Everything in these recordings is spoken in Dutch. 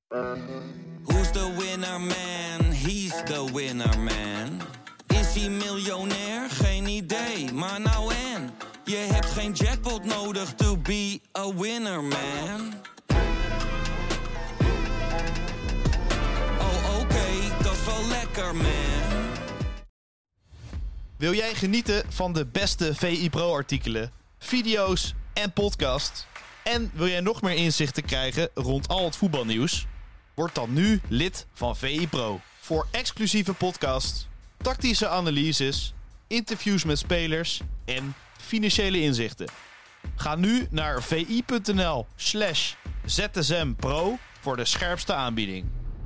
Who's the winner man? He's the winner man. Is hij miljonair? Geen idee, maar nou en. Je hebt geen jackpot nodig to be a winner man. Oh oké, dat is wel lekker man. Wil jij genieten van de beste VI Pro artikelen, video's en podcasts? En wil jij nog meer inzichten krijgen rond al het voetbalnieuws? Word dan nu lid van VI Pro. Voor exclusieve podcasts, tactische analyses, interviews met spelers en financiële inzichten. Ga nu naar vi.nl/ZSMPro voor de scherpste aanbieding.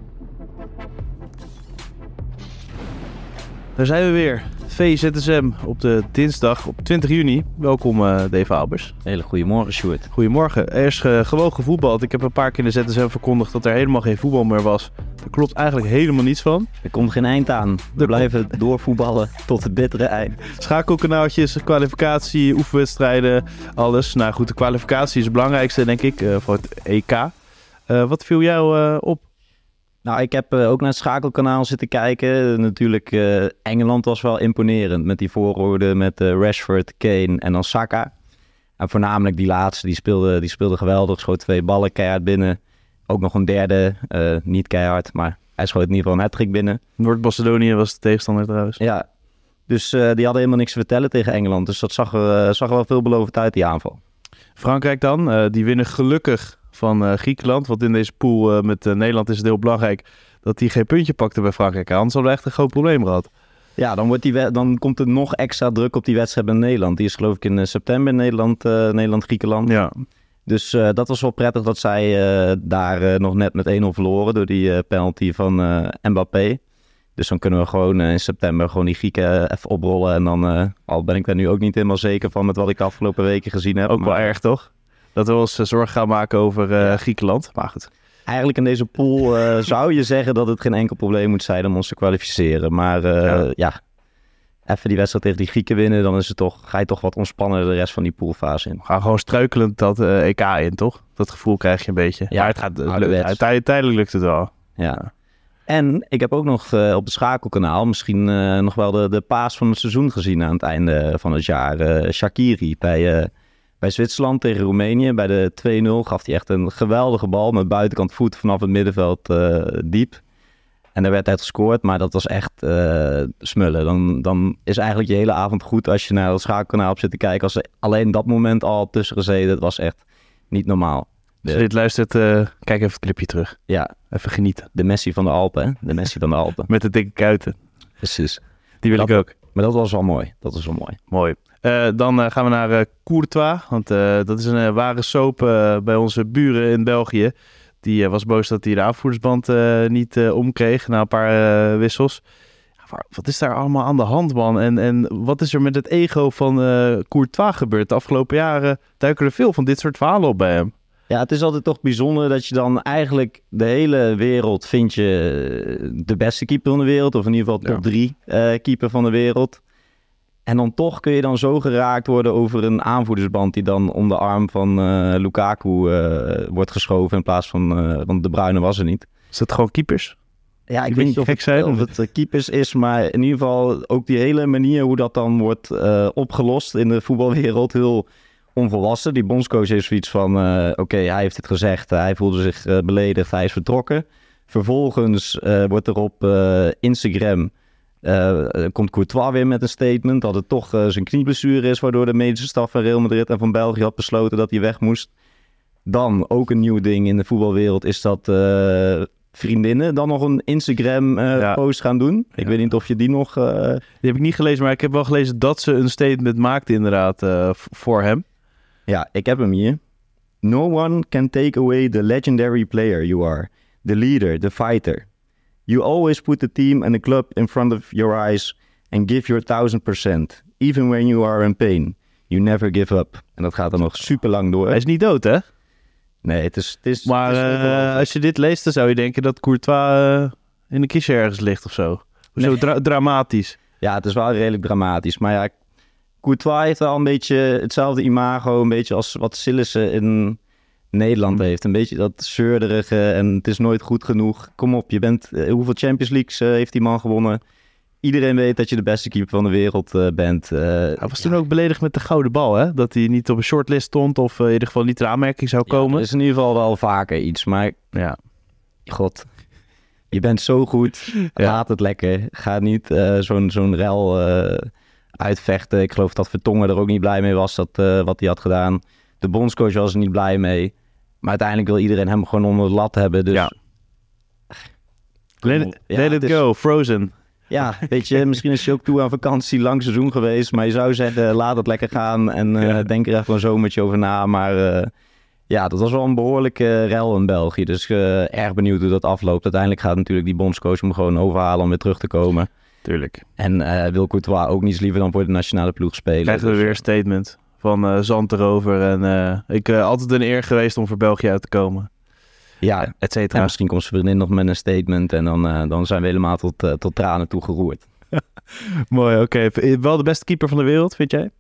Daar zijn we weer. VZSM op de dinsdag op 20 juni. Welkom Dave Albers. Hele goedemorgen, Sjoerd. Goedemorgen. Er is gewoon gevoetbald. Ik heb een paar keer in de ZSM verkondigd dat er helemaal geen voetbal meer was. Daar klopt eigenlijk helemaal niets van. Er komt geen eind aan. We blijven doorvoetballen tot het bittere eind. Schakelkanaaltjes, kwalificatie, oefenwedstrijden, alles. Nou goed, de kwalificatie is het belangrijkste denk ik voor het EK. Wat viel jou op? Nou, ik heb ook naar het schakelkanaal zitten kijken. Natuurlijk, Engeland was wel imponerend met die voorhoorden met Rashford, Kane en dan Saka. En voornamelijk die laatste, die speelde geweldig. Schoot 2 ballen keihard binnen. Ook nog een derde, niet keihard, maar hij schoot in ieder geval een hat-trick binnen. Noord-Macedonië was de tegenstander trouwens. Ja, dus die hadden helemaal niks te vertellen tegen Engeland. Dus dat zag er wel veelbelovend uit, die aanval. Frankrijk dan, die winnen gelukkig van Griekenland. Want in deze pool met Nederland is het heel belangrijk dat die geen puntje pakte bij Frankrijk. Anders hadden we echt een groot probleem gehad. Ja, dan komt er nog extra druk op die wedstrijd met Nederland. Die is geloof ik in september, Nederland-Griekenland. Ja. Dus dat was wel prettig dat zij daar nog net met 1-0 verloren door die penalty van Mbappé. Dus dan kunnen we gewoon in september gewoon die Grieken even oprollen. En dan, al ben ik daar nu ook niet helemaal zeker van met wat ik de afgelopen weken gezien heb. Ook wel erg toch? Dat we ons zorgen gaan maken over Griekenland. Maar goed. Eigenlijk in deze pool zou je zeggen dat het geen enkel probleem moet zijn om ons te kwalificeren. Maar even die wedstrijd tegen die Grieken winnen, dan is het ga je toch wat ontspannen de rest van die poolfase in. We gaan gewoon struikelend dat EK in, toch? Dat gevoel krijg je een beetje. Ja, maar het gaat uiteindelijk lukt het wel. Ja. En ik heb ook nog op het schakelkanaal misschien nog wel de paas van het seizoen gezien aan het einde van het jaar. Shaqiri bij Zwitserland tegen Roemenië. Bij de 2-0 gaf hij echt een geweldige bal met buitenkant voet vanaf het middenveld diep. En daar werd uit gescoord, maar dat was echt smullen. Dan is eigenlijk je hele avond goed als je naar het schakelkanaal op zit te kijken. Als er alleen dat moment al tussen gezeten, dat was echt niet normaal. Als je dit luistert, kijk even het clipje terug. Ja. Even genieten. De Messi van de Alpen, hè? De Messi van de Alpen. Met de dikke kuiten. Precies. Die wil ik ook. Maar dat was wel mooi. Dat is wel mooi. Mooi. Dan gaan we naar Courtois. Want dat is een ware soap bij onze buren in België. Die was boos dat hij de aanvoerdersband niet omkreeg na een paar wissels. Wat is daar allemaal aan de hand, man? En wat is er met het ego van Courtois gebeurd? De afgelopen jaren duiken er veel van dit soort verhalen op bij hem. Ja, het is altijd toch bijzonder dat je dan eigenlijk de hele wereld vind je de beste keeper van de wereld. Of in ieder geval top 3 keeper van de wereld. En dan toch kun je dan zo geraakt worden over een aanvoerdersband die dan om de arm van Lukaku wordt geschoven in plaats van want De Bruyne was er niet. Is dat gewoon keepers? Ja, ik weet niet of het keepers is, maar in ieder geval ook die hele manier hoe dat dan wordt opgelost in de voetbalwereld heel onvolwassen. Die bondscoach heeft zoiets van, oké, hij heeft het gezegd, hij voelde zich beledigd, hij is vertrokken. Vervolgens wordt er op Instagram, komt Courtois weer met een statement dat het toch zijn knieblessure is, waardoor de medische staf van Real Madrid en van België had besloten dat hij weg moest. Dan ook een nieuw ding in de voetbalwereld is dat vriendinnen dan nog een Instagram post gaan doen. Ik weet niet of je die nog... Die heb ik niet gelezen, maar ik heb wel gelezen dat ze een statement maakte inderdaad voor hem. Ja, ik heb hem hier. No one can take away the legendary player you are. The leader, the fighter. You always put the team and the club in front of your eyes and give your 1000%. Even when you are in pain. You never give up. En dat gaat dan nog super lang door. Hij is niet dood, hè? Nee, het is maar als je dit leest, dan zou je denken dat Courtois in een kistje ergens ligt of zo. Zo dramatisch. Ja, het is wel redelijk dramatisch. Maar ja, Courtois heeft wel een beetje hetzelfde imago, een beetje als wat Sillissen in Nederland heeft. Een beetje dat zeurderige en het is nooit goed genoeg. Kom op, hoeveel Champions Leagues heeft die man gewonnen? Iedereen weet dat je de beste keeper van de wereld bent. Hij was toen ook beledigd met de gouden bal, hè? Dat hij niet op een shortlist stond of in ieder geval niet in aanmerking zou komen. Er is in ieder geval wel vaker iets, maar god, je bent zo goed, laat het lekker. Ga niet zo'n rel uitvechten. Ik geloof dat Vertongen er ook niet blij mee was, wat hij had gedaan. De bondscoach was er niet blij mee. Maar uiteindelijk wil iedereen hem gewoon onder de lat hebben. Dus... Let it go, Frozen. Ja, weet je, misschien is je ook toe aan vakantie, lang seizoen geweest. Maar je zou zeggen, laat het lekker gaan en denk er even een zomertje over na. Maar dat was wel een behoorlijke rel in België. Dus erg benieuwd hoe dat afloopt. Uiteindelijk gaat natuurlijk die bondscoach hem gewoon overhalen om weer terug te komen. Tuurlijk. En wil Courtois ook niets liever dan voor de nationale ploeg spelen. Krijgen we weer een statement van Zand erover. En ik altijd een eer geweest om voor België uit te komen. Ja, et cetera. En misschien komt ze vriendin nog met een statement en dan zijn we helemaal tot tranen toe geroerd. Mooi, oké. Wel de beste keeper van de wereld, vind jij?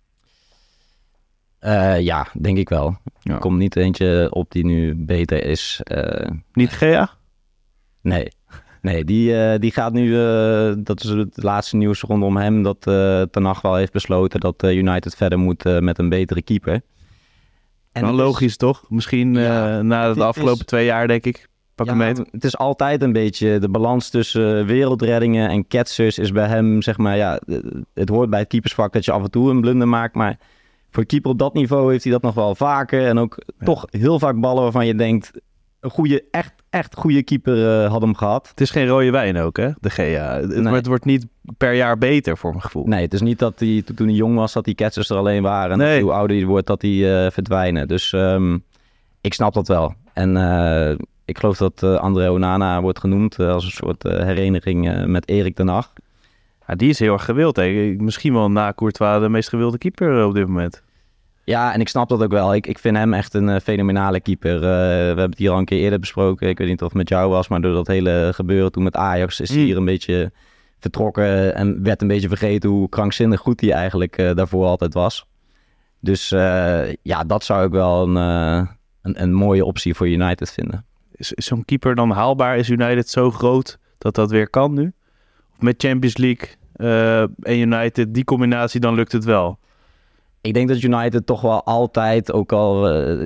Ja, denk ik wel. Ja. Er komt niet eentje op die nu beter is. Niet Gea? Nee, die gaat nu... dat is het laatste nieuws rondom hem, dat Ten Hag wel heeft besloten dat United verder moet met een betere keeper. En wel logisch toch? Misschien na de afgelopen 2 jaar, denk ik. Pak hem mee. Het is altijd een beetje de balans tussen wereldreddingen en ketsers is bij hem, zeg maar, het hoort bij het keepersvak dat je af en toe een blunder maakt, maar voor een keeper op dat niveau heeft hij dat nog wel vaker en ook toch heel vaak ballen waarvan je denkt, een goede, echt goede keeper had hem gehad. Het is geen rode wijn ook, hè? De Gea. Het wordt niet per jaar beter, voor mijn gevoel. Nee, het is niet dat hij toen hij jong was, dat die ketsers er alleen waren. En hoe ouder hij wordt, dat die verdwijnen. Dus ik snap dat wel. En ik geloof dat André Onana wordt genoemd als een soort hereniging met Erik ten Hag. Ja, die is heel erg gewild. Hè? Misschien wel na Courtois de meest gewilde keeper op dit moment. Ja, en ik snap dat ook wel. Ik vind hem echt een fenomenale keeper. We hebben het hier al een keer eerder besproken. Ik weet niet of het met jou was, maar door dat hele gebeuren toen met Ajax is hij hier een beetje vertrokken en werd een beetje vergeten hoe krankzinnig goed hij eigenlijk daarvoor altijd was. Dus dat zou ik wel een mooie optie voor United vinden. Is zo'n keeper dan haalbaar? Is United zo groot dat dat weer kan nu? Of met Champions League en United, die combinatie, dan lukt het wel? Ik denk dat United toch wel altijd, ook al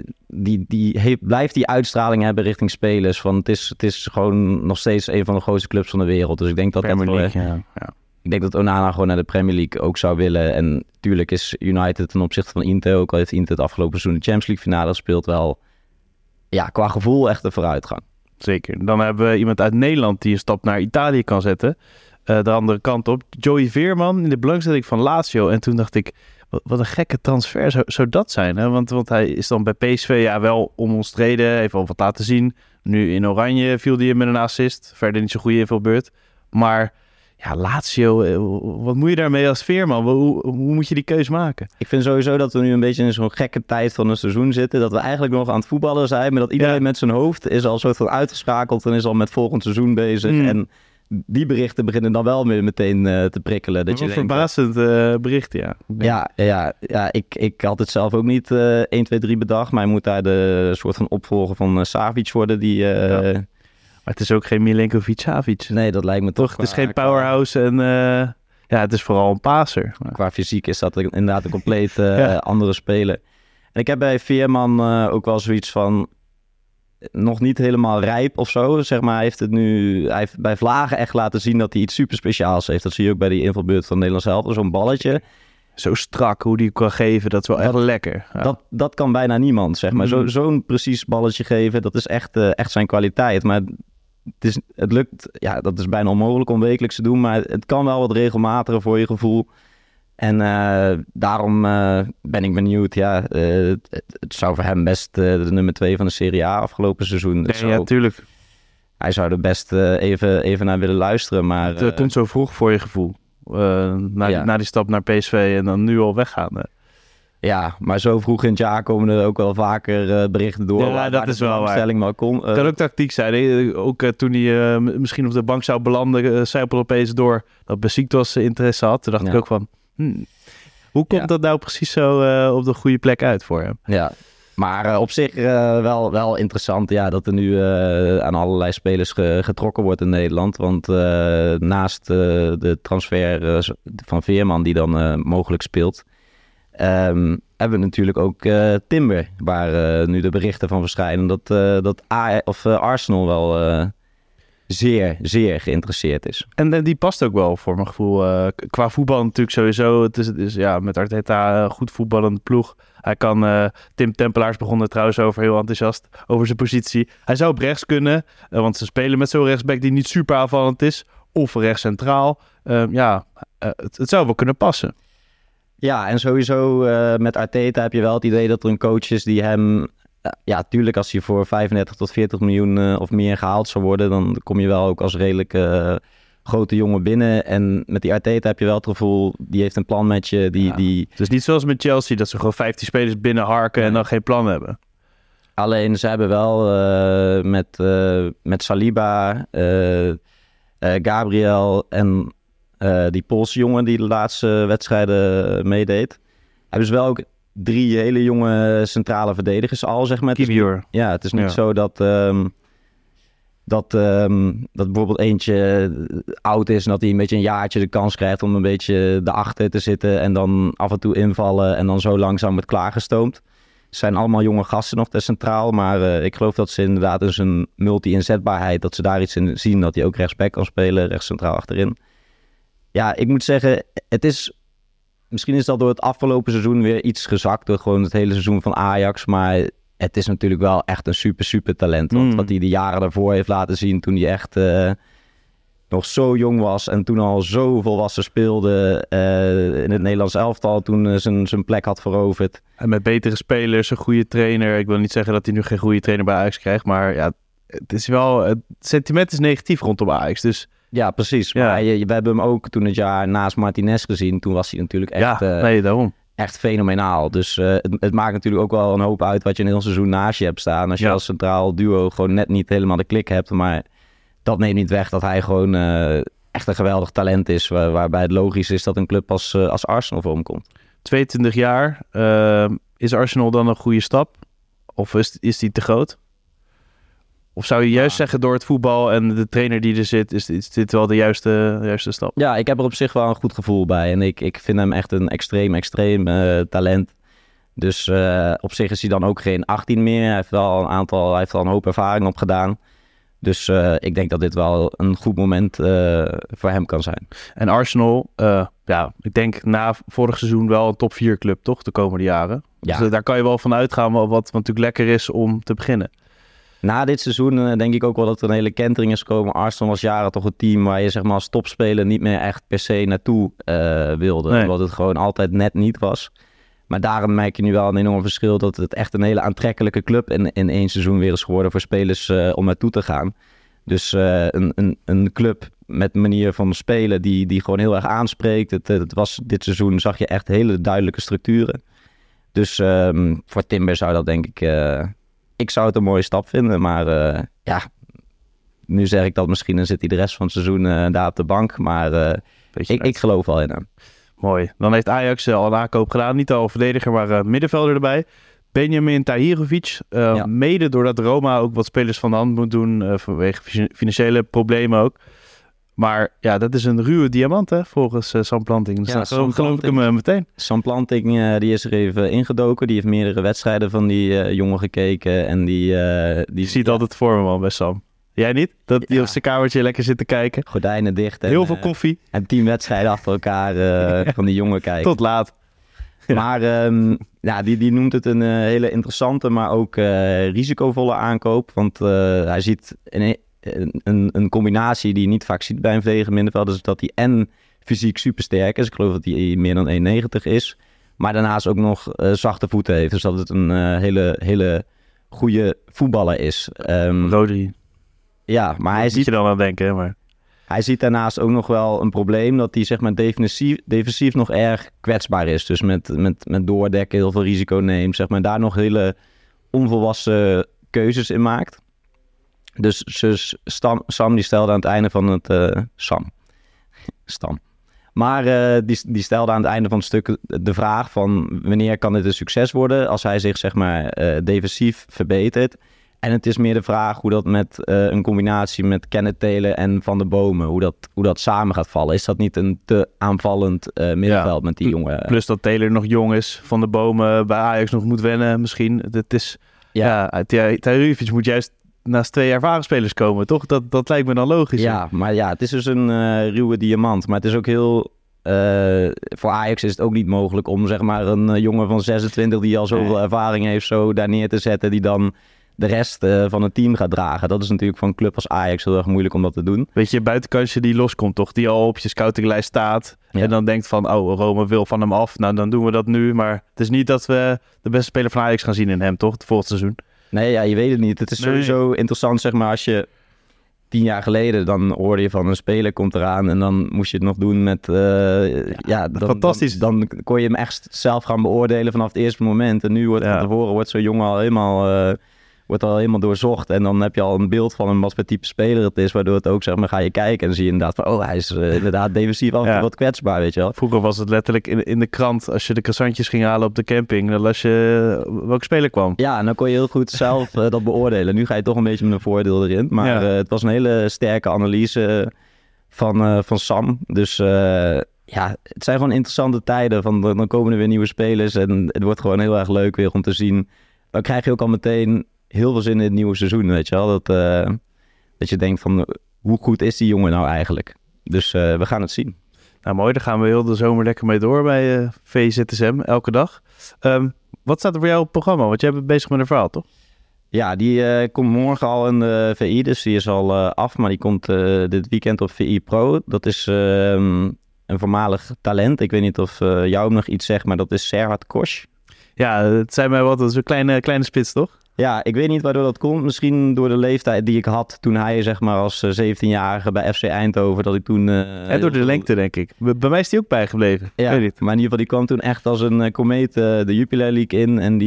blijft die uitstraling hebben richting spelers. Van het is gewoon nog steeds een van de grootste clubs van de wereld. Dus ik denk dat ik denk dat Onana gewoon naar de Premier League ook zou willen. En natuurlijk is United ten opzichte van Inter, ook al heeft Inter het afgelopen seizoen de Champions League finale gespeeld, wel qua gevoel echt een vooruitgang. Zeker. Dan hebben we iemand uit Nederland die een stap naar Italië kan zetten. De andere kant op. Joey Veerman in de belangstelling van Lazio. En toen dacht ik, wat een gekke transfer zou dat zijn. Hè? Want hij is dan bij PSV wel onomstreden. Heeft al wat laten zien. Nu in Oranje viel hij met een assist. Verder niet zo'n goede invalbeurt. Maar Lazio, wat moet je daarmee als Veerman? Hoe moet je die keus maken? Ik vind sowieso dat we nu een beetje in zo'n gekke tijd van een seizoen zitten. Dat we eigenlijk nog aan het voetballen zijn. Maar dat iedereen met zijn hoofd is al soort van uitgeschakeld. En is al met volgend seizoen bezig. En die berichten beginnen dan wel meteen te prikkelen. Dat wat verbazend bericht, Ik had het zelf ook niet 1, 2, 3 bedacht. Maar hij moet daar de soort van opvolger van Savic worden. Maar het is ook geen Milenkovic-Savic. Nee, dat lijkt me toch. Het is geen powerhouse en het is vooral een passer. Qua fysiek is dat inderdaad een compleet andere speler. En ik heb bij Veerman ook wel zoiets van nog niet helemaal rijp of zo. Zeg maar, hij heeft bij Vlagen echt laten zien dat hij iets super speciaals heeft. Dat zie je ook bij die invalbeurt van Nederland zelf. Zo'n balletje. Zo strak hoe die kan geven, dat is wel echt lekker. Ja. Dat kan bijna niemand, zeg maar. Zo'n precies balletje geven, dat is echt zijn kwaliteit. Maar het lukt, dat is bijna onmogelijk om wekelijks te doen. Maar het kan wel wat regelmatiger voor je gevoel. En daarom ben ik benieuwd. Het zou voor hem best de nummer 2 van de Serie A afgelopen seizoen. Ja, tuurlijk. Hij zou er best even naar willen luisteren. Maar het komt zo vroeg voor je gevoel. Na die stap naar PSV en dan nu al weggaan. Ja, maar zo vroeg in het jaar komen er ook wel vaker berichten door. Ja, dat is wel waar. Kan ook tactiek zijn. Ook toen hij misschien op de bank zou belanden, zei op opeens door dat Besiktas interesse had. Toen dacht ik ook van, hoe komt dat nou precies zo op de goede plek uit voor hem? Ja, Maar op zich wel interessant dat er nu aan allerlei spelers getrokken wordt in Nederland. Want naast de transfer van Veerman die dan mogelijk speelt... hebben we natuurlijk ook Timber, waar nu de berichten van verschijnen dat Arsenal wel zeer, zeer geïnteresseerd is. En die past ook wel voor mijn gevoel. Qua voetbal natuurlijk sowieso. Het is met Arteta een goed voetballende ploeg. Hij kan, Tim Tempelaars begon er trouwens over, heel enthousiast over zijn positie. Hij zou op rechts kunnen, want ze spelen met zo'n rechtsback die niet super aanvallend is. Of rechts centraal. Het zou wel kunnen passen. Ja, en sowieso met Arteta heb je wel het idee dat er een coach is die hem... tuurlijk als hij voor 35 tot 40 miljoen of meer gehaald zou worden... dan kom je wel ook als redelijk grote jongen binnen. En met die Arteta heb je wel het gevoel, die heeft een plan met je. Het is niet zoals met Chelsea, dat ze gewoon 15 spelers binnenharken en dan geen plan hebben. Alleen ze hebben wel met Saliba, Gabriel en die Poolse jongen die de laatste wedstrijden meedeed... hebben ze wel ook 3 hele jonge centrale verdedigers al, zeg maar. Het is niet zo dat bijvoorbeeld eentje oud is en dat hij een beetje een jaartje de kans krijgt om een beetje erachter te zitten en dan af en toe invallen en dan zo langzaam wordt klaargestoomd. Het zijn allemaal jonge gasten nog te centraal, maar ik geloof dat ze inderdaad dus een multi-inzetbaarheid, dat ze daar iets in zien, dat hij ook rechtsback kan spelen, rechts centraal achterin. Ja, ik moet zeggen, misschien is dat door het afgelopen seizoen weer iets gezakt, door gewoon het hele seizoen van Ajax, maar het is natuurlijk wel echt een super, super talent. Want wat hij de jaren daarvoor heeft laten zien, toen hij echt nog zo jong was en toen al zo volwassen speelde in het Nederlands elftal, toen zijn plek had veroverd. En met betere spelers, een goede trainer. Ik wil niet zeggen dat hij nu geen goede trainer bij Ajax krijgt, maar ja, het sentiment is negatief rondom Ajax, dus... Ja, precies. Ja. Maar we hebben hem ook toen het jaar naast Martinez gezien. Toen was hij natuurlijk echt, daarom. Echt fenomenaal. Dus het maakt natuurlijk ook wel een hoop uit wat je een heel seizoen naast je hebt staan. Als je als centraal duo gewoon net niet helemaal de klik hebt. Maar dat neemt niet weg dat hij gewoon echt een geweldig talent is. Waarbij het logisch is dat een club als Arsenal voor hem komt. 22 jaar. Is Arsenal dan een goede stap? Of is die te groot? Of zou je juist zeggen door het voetbal en de trainer die er zit, is dit wel de juiste stap? Ja, ik heb er op zich wel een goed gevoel bij. En ik vind hem echt een extreem talent. Dus op zich is hij dan ook geen 18 meer. Hij heeft al een hoop ervaring opgedaan. Dus ik denk dat dit wel een goed moment voor hem kan zijn. En Arsenal, ik denk na vorig seizoen wel een top 4 club, toch? De komende jaren. Ja. Dus daar kan je wel van uitgaan wat natuurlijk lekker is om te beginnen. Na dit seizoen denk ik ook wel dat er een hele kentering is gekomen. Arsenal was jaren toch een team waar je zeg maar als topspeler niet meer echt per se naartoe wilde. Nee. Omdat het gewoon altijd net niet was. Maar daarom merk je nu wel een enorm verschil dat het echt een hele aantrekkelijke club in 1 seizoen weer is geworden voor spelers om naartoe te gaan. Dus een club met een manier van spelen die gewoon heel erg aanspreekt. Dit seizoen zag je echt hele duidelijke structuren. Dus voor Timber zou dat denk ik... Ik zou het een mooie stap vinden, maar nu zeg ik dat misschien, dan zit hij de rest van het seizoen daar op de bank. Maar ik geloof wel in hem. Mooi. Dan heeft Ajax al een aankoop gedaan. Niet al verdediger, maar middenvelder erbij. Benjamin Tahirovic. Mede doordat Roma ook wat spelers van de hand moet doen vanwege financiële problemen ook. Maar ja, dat is een ruwe diamant hè, volgens Sam Planting. Dus geloof ik hem meteen. Sam Planting die is er even ingedoken. Die heeft meerdere wedstrijden van die jongen gekeken. En die ziet altijd voor me man bij Sam. Jij niet? Dat die op zijn kamertje lekker zit te kijken. Gordijnen dicht. Heel veel koffie. En 10 wedstrijden achter elkaar van die jongen kijken. Tot laat. Maar die noemt het een hele interessante, maar ook risicovolle aankoop. Want hij ziet... Een combinatie die je niet vaak ziet bij een verdediger middenveld is dat hij en fysiek supersterk is. Ik geloof dat hij meer dan 1,90 is. Maar daarnaast ook nog zachte voeten heeft. Dus dat het een hele goede voetballer is. Rodri. Ja, maar hij ziet... je dan aan denken, maar... Hij ziet daarnaast ook nog wel een probleem dat hij zeg maar defensief nog erg kwetsbaar is. Dus met doordekken heel veel risico neemt. Zeg maar, daar nog hele onvolwassen keuzes in maakt. Dus Sam die stelde aan het einde van het... Stam. Maar die stelde aan het einde van het stuk de vraag van wanneer kan dit een succes worden als hij zich zeg maar defensief verbetert. En het is meer de vraag hoe dat met een combinatie met Kenneth Taylor en Van der Bomen, hoe dat samen gaat vallen. Is dat niet een te aanvallend middenveld met die jongen? Plus dat Taylor nog jong is, Van der Bomen bij Ajax nog moet wennen misschien. Het is, Tahirovic moet juist naast 2 ervaren spelers komen, toch? Dat lijkt me dan logisch. Ja, maar het is dus een ruwe diamant. Maar het is ook heel... voor Ajax is het ook niet mogelijk om zeg maar een jongen van 26 die al zoveel ervaring heeft zo daar neer te zetten die dan de rest van het team gaat dragen. Dat is natuurlijk voor een club als Ajax heel erg moeilijk om dat te doen. Weet je, buitenkansje die loskomt toch? Die al op je scoutinglijst staat. Ja. En dan denkt van, Rome wil van hem af. Nou, dan doen we dat nu. Maar het is niet dat we de beste speler van Ajax gaan zien in hem, toch? Het volgende seizoen. Nee, je weet het niet. Het is sowieso interessant, zeg maar, als je 10 jaar geleden, dan hoorde je van een speler komt eraan en dan moest je het nog doen met... fantastisch. Dan kon je hem echt zelf gaan beoordelen vanaf het eerste moment. En nu van tevoren wordt zo'n jongen al helemaal doorzocht. En dan heb je al een beeld van hem wat voor type speler het is, waardoor het ook, zeg maar, ga je kijken en dan zie je inderdaad van, hij is inderdaad defensief af en toe wat kwetsbaar, weet je wel. Vroeger was het letterlijk in de krant, als je de croissantjes ging halen op de camping, dan las je welke speler kwam. Ja, en dan kon je heel goed zelf dat beoordelen. Nu ga je toch een beetje met een voordeel erin. Maar het was een hele sterke analyse van Sam. Dus het zijn gewoon interessante tijden. Dan komen er weer nieuwe spelers en het wordt gewoon heel erg leuk weer om te zien. Dan krijg je ook al meteen heel veel zin in het nieuwe seizoen, weet je wel. Dat je denkt van, hoe goed is die jongen nou eigenlijk? Dus we gaan het zien. Nou mooi, daar gaan we heel de zomer lekker mee door bij VZSM, elke dag. Wat staat er voor jou op het programma? Want jij bent bezig met een verhaal, toch? Ja, die komt morgen al in de VI, dus die is al af. Maar die komt dit weekend op VI Pro. Dat is een voormalig talent. Ik weet niet of jou hem nog iets zegt, maar dat is Serhat Koç. Ja, het zei mij wat. Dat is een kleine spits, toch? Ja, ik weet niet waardoor dat komt. Misschien door de leeftijd die ik had toen hij, zeg maar, als 17-jarige bij FC Eindhoven, dat ik toen... en door de lengte, denk ik. Bij mij is die ook bijgebleven. Ja, weet niet. Maar in ieder geval, die kwam toen echt als een komeet de Jupiler League in. En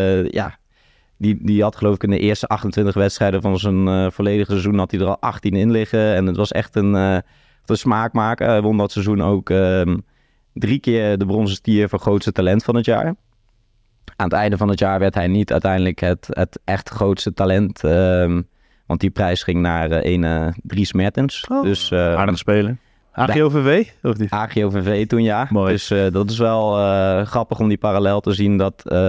die had, geloof ik, in de eerste 28 wedstrijden van zijn volledige seizoen had hij er al 18 in liggen. En het was echt een smaakmaker. Hij won dat seizoen ook 3 keer de bronzen stier voor grootste talent van het jaar. Aan het einde van het jaar werd hij niet uiteindelijk het echt grootste talent. Want die prijs ging naar Dries Mertens. Dus, aardige speler. AGOVV, of niet? AGOVV toen, ja. Mooi. Dus dat is wel grappig om die parallel te zien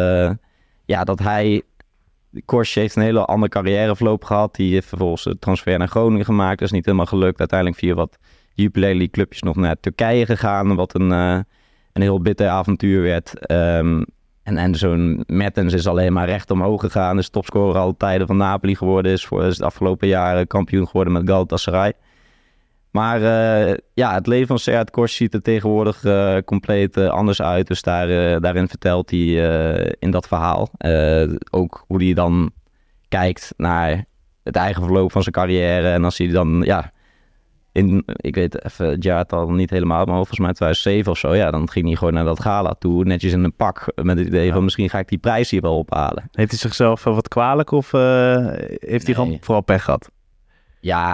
dat hij... Koç heeft een hele andere carrièreverloop gehad. Die heeft vervolgens de transfer naar Groningen gemaakt. Dat is niet helemaal gelukt. Uiteindelijk via wat Jupiler League clubjes nog naar Turkije gegaan. Wat een heel bitter avontuur werd. En zo'n Mertens is alleen maar recht omhoog gegaan. Is topscorer al tijden van Napoli geworden. Is de afgelopen jaren kampioen geworden met Galatasaray. Maar het leven van Serhat Koç ziet er tegenwoordig compleet anders uit. Dus daarin vertelt hij in dat verhaal ook hoe hij dan kijkt naar het eigen verloop van zijn carrière. En als hij dan, ik weet even het jaartal niet helemaal uit mijn hoofd, volgens mij 2007 of zo. Ja, dan ging hij gewoon naar dat gala toe, netjes in een pak. Met het idee van misschien ga ik die prijs hier wel ophalen. Heeft hij zichzelf wat kwalijk of heeft hij gewoon vooral pech gehad? Ja,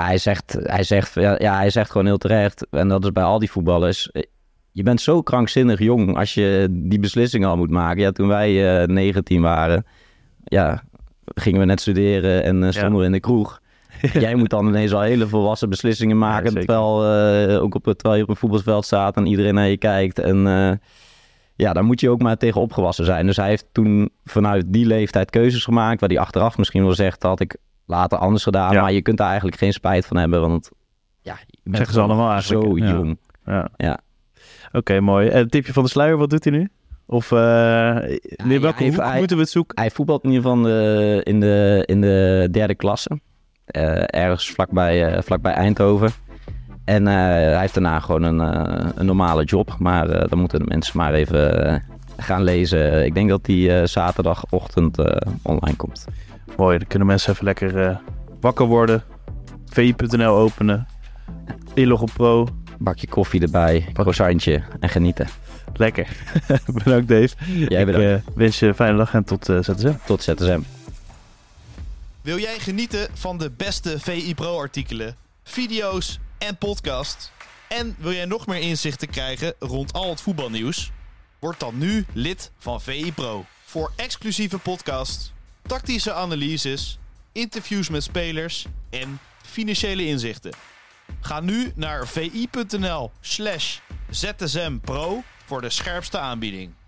hij zegt gewoon heel terecht. En dat is bij al die voetballers. Je bent zo krankzinnig jong als je die beslissingen al moet maken. Ja, toen wij 19 waren, gingen we net studeren en stonden we in de kroeg. Jij moet dan ineens al hele volwassen beslissingen maken. Terwijl je op een voetbalveld staat en iedereen naar je kijkt. En daar moet je ook maar tegen opgewassen zijn. Dus hij heeft toen vanuit die leeftijd keuzes gemaakt, waar hij achteraf misschien wel zegt, had ik later anders gedaan. Ja. Maar je kunt daar eigenlijk geen spijt van hebben, want je bent zeggen ze allemaal eigenlijk zo jong. Ja. Oké, mooi. En het tipje van de sluier, wat doet hij nu? Of in welke hoek moeten we het zoeken? Hij voetbalt in ieder geval in de derde klasse. Ergens vlakbij Eindhoven. En hij heeft daarna gewoon een normale job. Maar dan moeten de mensen maar even gaan lezen. Ik denk dat die zaterdagochtend online komt. Mooi, dan kunnen mensen even lekker wakker worden. VI.nl openen. Inloggen op Pro. Bakje koffie erbij, croissantje en genieten. Lekker. Bedankt Dave. Jij bedankt. Ik wens je een fijne dag en tot ZSM. Tot ZSM. Wil jij genieten van de beste VI Pro artikelen, video's en podcast? En wil jij nog meer inzichten krijgen rond al het voetbalnieuws? Word dan nu lid van VI Pro. Voor exclusieve podcasts, tactische analyses, interviews met spelers en financiële inzichten. Ga nu naar vi.nl/ZSMPro voor de scherpste aanbieding.